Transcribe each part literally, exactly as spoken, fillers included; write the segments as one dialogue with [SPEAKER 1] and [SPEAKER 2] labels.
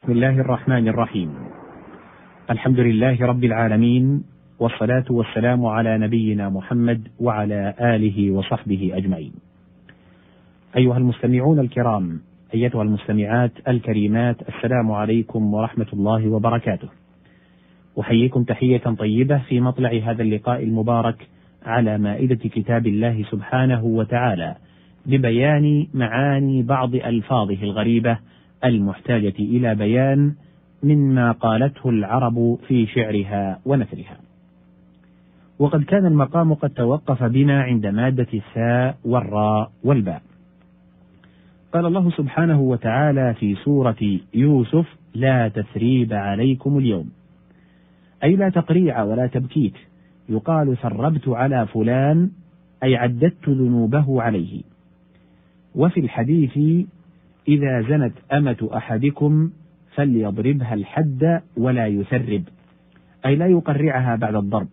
[SPEAKER 1] بسم الله الرحمن الرحيم. الحمد لله رب العالمين، والصلاة والسلام على نبينا محمد وعلى آله وصحبه أجمعين. أيها المستمعون الكرام، أيتها المستمعات الكريمات، السلام عليكم ورحمة الله وبركاته. أحييكم تحية طيبة في مطلع هذا اللقاء المبارك على مائدة كتاب الله سبحانه وتعالى، ببيان معاني بعض ألفاظه الغريبة المحتاجة إلى بيان مما قالته العرب في شعرها ونثرها. وقد كان المقام قد توقف بنا عند مادة الثاء والراء والباء. قال الله سبحانه وتعالى في سورة يوسف: لا تثريب عليكم اليوم، أي لا تقريع ولا تبكيت. يقال ثربت على فلان، أي عددت ذنوبه عليه. وفي الحديث: إذا زنت أمة أحدكم فليضربها الحد ولا يثرب، أي لا يقرعها بعد الضرب.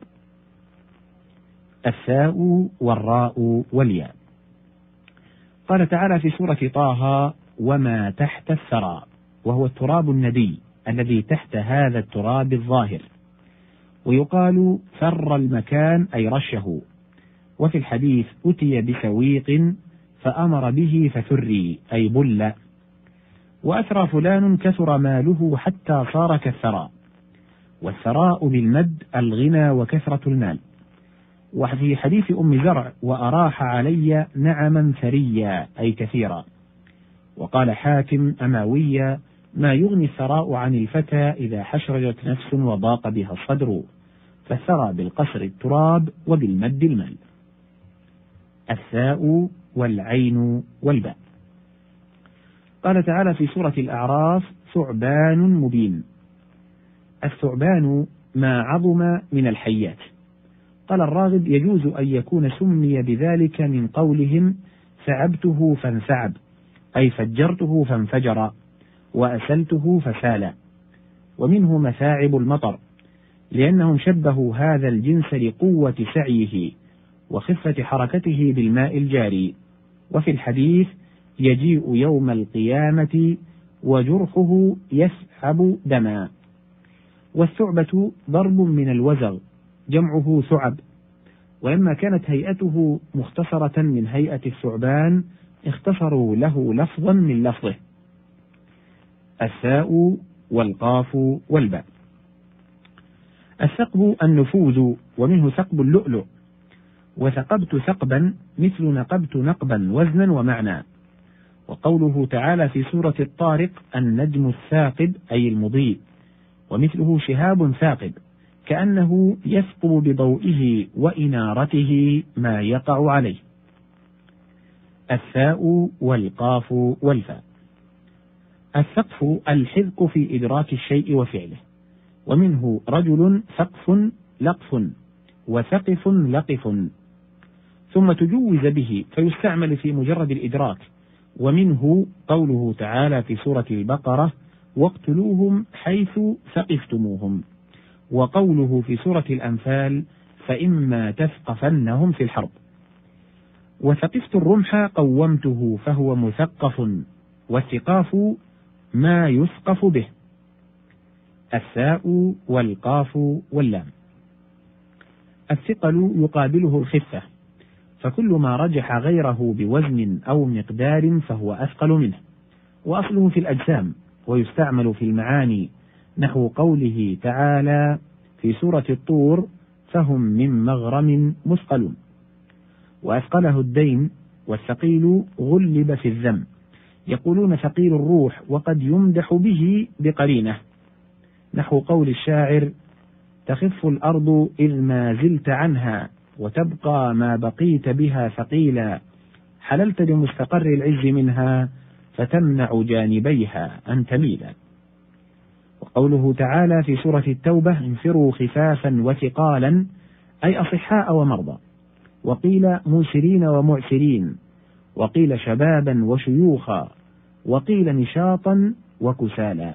[SPEAKER 1] الثاء والراء والياء. قال تعالى في سورة طه: وما تحت الثرى، وهو التراب الندي الذي تحت هذا التراب الظاهر. ويقال ثر المكان، أي رشه. وفي الحديث: أتي بسويق فأمر به فثري، أي بل. وأثرى فلان كثر ماله حتى صار كالثرى. والثراء بالمد الغنى وكثرة المال. وفي حديث أم زرع: وأراح علي نعما ثريا، أي كثيرا. وقال حاتم أماوية: ما يغني الثراء عن الفتى إذا حشرجت نفس وضاق بها الصدر. فالثرى بالقصر التراب وبالمد المال. الثاء والعين والباء. قال تعالى في سورة الأعراف: ثعبان مبين. الثعبان ما عظم من الحيات. قال الراغب: يجوز أن يكون سمي بذلك من قولهم ثعبته فانثعب، أي فجرته فانفجر، وأسلته فسال. ومنه مثاعب المطر، لأنهم شبهوا هذا الجنس لقوة سعيه وخفة حركته بالماء الجاري. وفي الحديث: يجيء يوم القيامة وجرحه يسحب دما. والثعبة ضرب من الوزغ، جمعه ثعب. ولما كانت هيئته مختصرة من هيئة الثعبان اختصروا له لفظا من لفظه. الثاء والقاف والباء. الثقب النفوذ، ومنه ثقب اللؤلؤ. وثقبت ثقبا مثل نقبت نقبا وزنا ومعنى. وقوله تعالى في سورة الطارق: النجم الثاقب، أي المضيء. ومثله شهاب ثاقب، كأنه يثقب بضوئه وإنارته ما يقع عليه. الثاء والقاف والفاء. الثقف الحذق في إدراك الشيء وفعله. ومنه رجل ثقف لقف، وثقف لقف، ثم تجوز به فيستعمل في مجرد الإدراك. ومنه قوله تعالى في سورة البقرة: واقتلوهم حيث ثقفتموهم. وقوله في سورة الأنفال: فإما تثقفنهم في الحرب. وثقفت الرمح قومته فهو مثقف، والثقاف ما يثقف به. الثاء والقاف واللام. الثقل يقابله الخفة، فكل ما رجح غيره بوزن أو مقدار فهو أثقل منه. وأصله في الأجسام، ويستعمل في المعاني، نحو قوله تعالى في سورة الطور: فهم من مغرم مثقلون. وأثقله الدين. والثقيل غلب في الذم، يقولون ثقيل الروح، وقد يمدح به بقرينه، نحو قول الشاعر: تخف الأرض إذ ما زلت عنها، وتبقى ما بقيت بها ثقيلا، حللت لمستقر العز منها، فتمنع جانبيها أن تميلا. وقوله تعالى في سورة التوبة: انفروا خفافا وثقالا، أي أصحاء ومرضى. وقيل موسرين ومعسرين، وقيل شبابا وشيوخا، وقيل نشاطا وكسالا.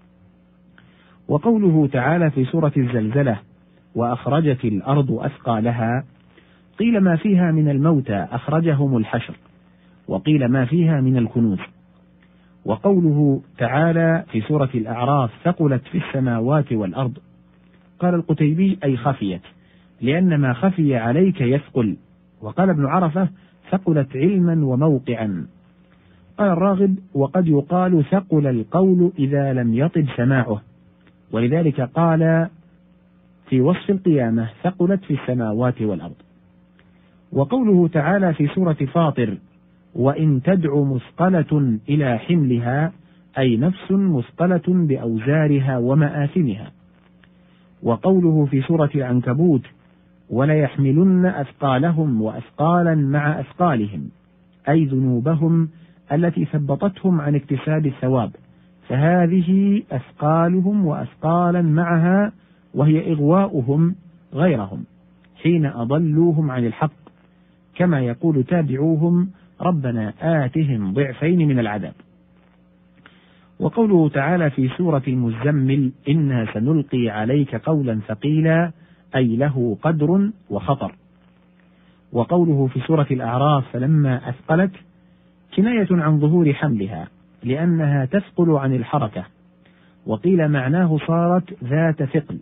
[SPEAKER 1] وقوله تعالى في سورة الزلزلة: وأخرجت الأرض أثقالها، قيل ما فيها من الموتى أخرجهم الحشر، وقيل ما فيها من الكنوز. وقوله تعالى في سورة الأعراف ثقلت في السماوات والأرض، قال القتيبي أي خفيت، لأن ما خفي عليك يثقل. وقال ابن عرفة ثقلت علما وموقعا. قال الراغب وقد يقال ثقل القول إذا لم يطب سماعه، ولذلك قال في وصف القيامة ثقلت في السماوات والأرض. وقوله تعالى في سورة فاطر وإن تدع مثقلة إلى حملها، أي نفس مثقلة بأوزارها ومآثمها. وقوله في سورة العنكبوت وليحملن أثقالهم وأثقالا مع أثقالهم، أي ذنوبهم التي ثبطتهم عن اكتساب الثواب، فهذه أثقالهم وأثقالا معها، وهي إغواؤهم غيرهم حين أضلوهم عن الحق، كما يقول تابعوهم ربنا آتهم ضعفين من العذاب. وقوله تعالى في سورة المزمل إنا سنلقي عليك قولا ثقيلا، أي له قدر وخطر. وقوله في سورة الأعراف فلما أثقلت كناية عن ظهور حملها لأنها تثقل عن الحركة، وقيل معناه صارت ذات ثقل.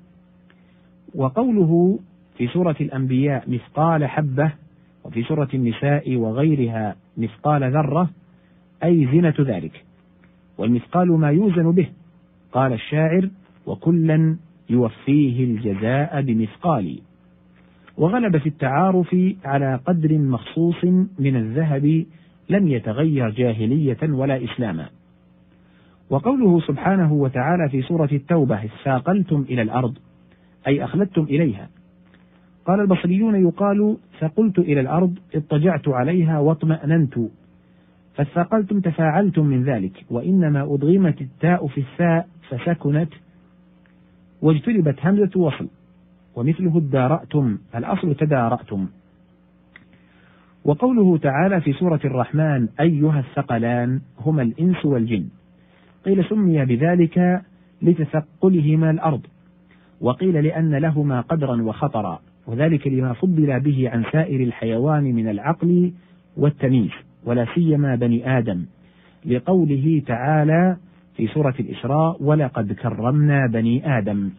[SPEAKER 1] وقوله في سورة الأنبياء مثقال حبة، وفي سورة النساء وغيرها مثقال ذرة، أي زنة ذلك، والمثقال ما يوزن به. قال الشاعر وكلا يوفيه الجزاء بمثقال. وغلب في التعارف على قدر مخصوص من الذهب لم يتغير جاهلية ولا إسلاما. وقوله سبحانه وتعالى في سورة التوبة اثاقلتم إلى الأرض، أي أخلدتم إليها. قال البصريون يقال ثقلت إلى الأرض اضطجعت عليها واطمأننت، فاثاقلتم تفاعلتم من ذلك، وإنما أدغمت التاء في الثاء فسكنت واجتلبت همزة وصل، ومثله ادارأتم الأصل تدارأتم. وقوله تعالى في سورة الرحمن أيها الثقلان هما الإنس والجن، قيل سمي بذلك لتثقلهما الأرض، وقيل لأن لهما قدرا وخطرا، وذلك لما فضل به عن سائر الحيوان من العقل والتمييز، ولا سيما بني آدم، لقوله تعالى في سورة الإسراء ولقد كرمنا بني آدم.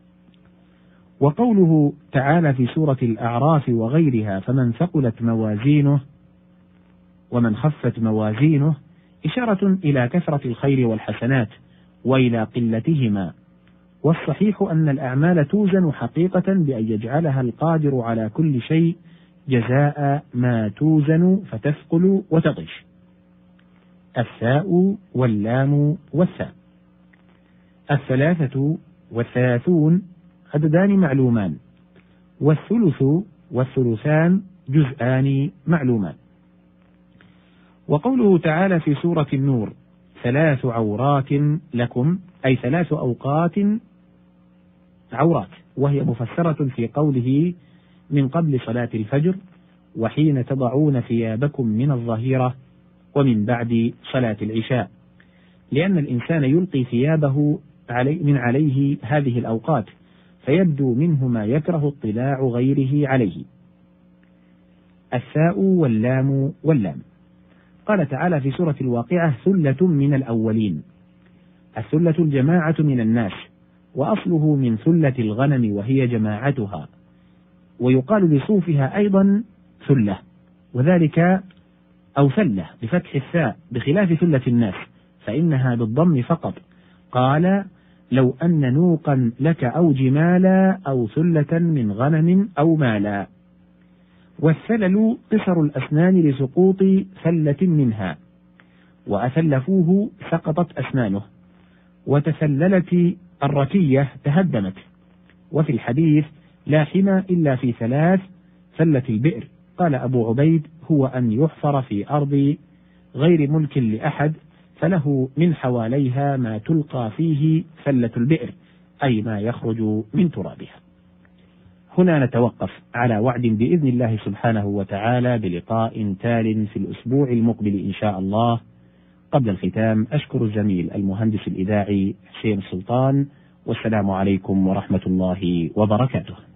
[SPEAKER 1] وقوله تعالى في سورة الأعراف وغيرها فمن ثقلت موازينه ومن خفت موازينه، إشارة إلى كثرة الخير والحسنات وإلى قلتهما. والصحيح أن الأعمال توزن حقيقة بأن يجعلها القادر على كل شيء جزاء ما توزن فتثقل وتطش. الثاء واللام والثاء. الثلاثة والثلاثون عددان معلومان، والثلث والثلثان جزءان معلومان. وقوله تعالى في سورة النور ثلاث عورات لكم، أي ثلاث أوقات عورات، وهي مفسرة في قوله من قبل صلاة الفجر وحين تضعون ثيابكم من الظهيرة ومن بعد صلاة العشاء، لأن الإنسان يلقي ثيابه علي من عليه هذه الأوقات، فيبدو منه ما يكره اطلاع غيره عليه. الثاء واللام واللام. قال تعالى في سورة الواقعة ثلة من الأولين، الثلة الجماعة من الناس، وأصله من ثلة الغنم وهي جماعتها، ويقال لصوفها أيضا ثلة، وذلك أو ثلة بفتح الثاء، بخلاف ثلة الناس فإنها بالضم فقط. قال لو أن نوقا لك أو جمالا أو ثلة من غنم أو مالا. والثلل قصر الأسنان لسقوط ثلة منها، وأثلفوه سقطت أسنانه، وتثللت الركية تهدمت. وفي الحديث لا حمى إلا في ثلاث، ثلة البئر. قال أبو عبيد هو أن يحفر في أرض غير ملك لأحد فله من حواليها ما تلقى فيه ثلة البئر، أي ما يخرج من ترابها. هنا نتوقف على وعد بإذن الله سبحانه وتعالى بلقاء تال في الأسبوع المقبل إن شاء الله. قبل الختام أشكر الزميل المهندس الإذاعي حسين السلطان، والسلام عليكم ورحمة الله وبركاته.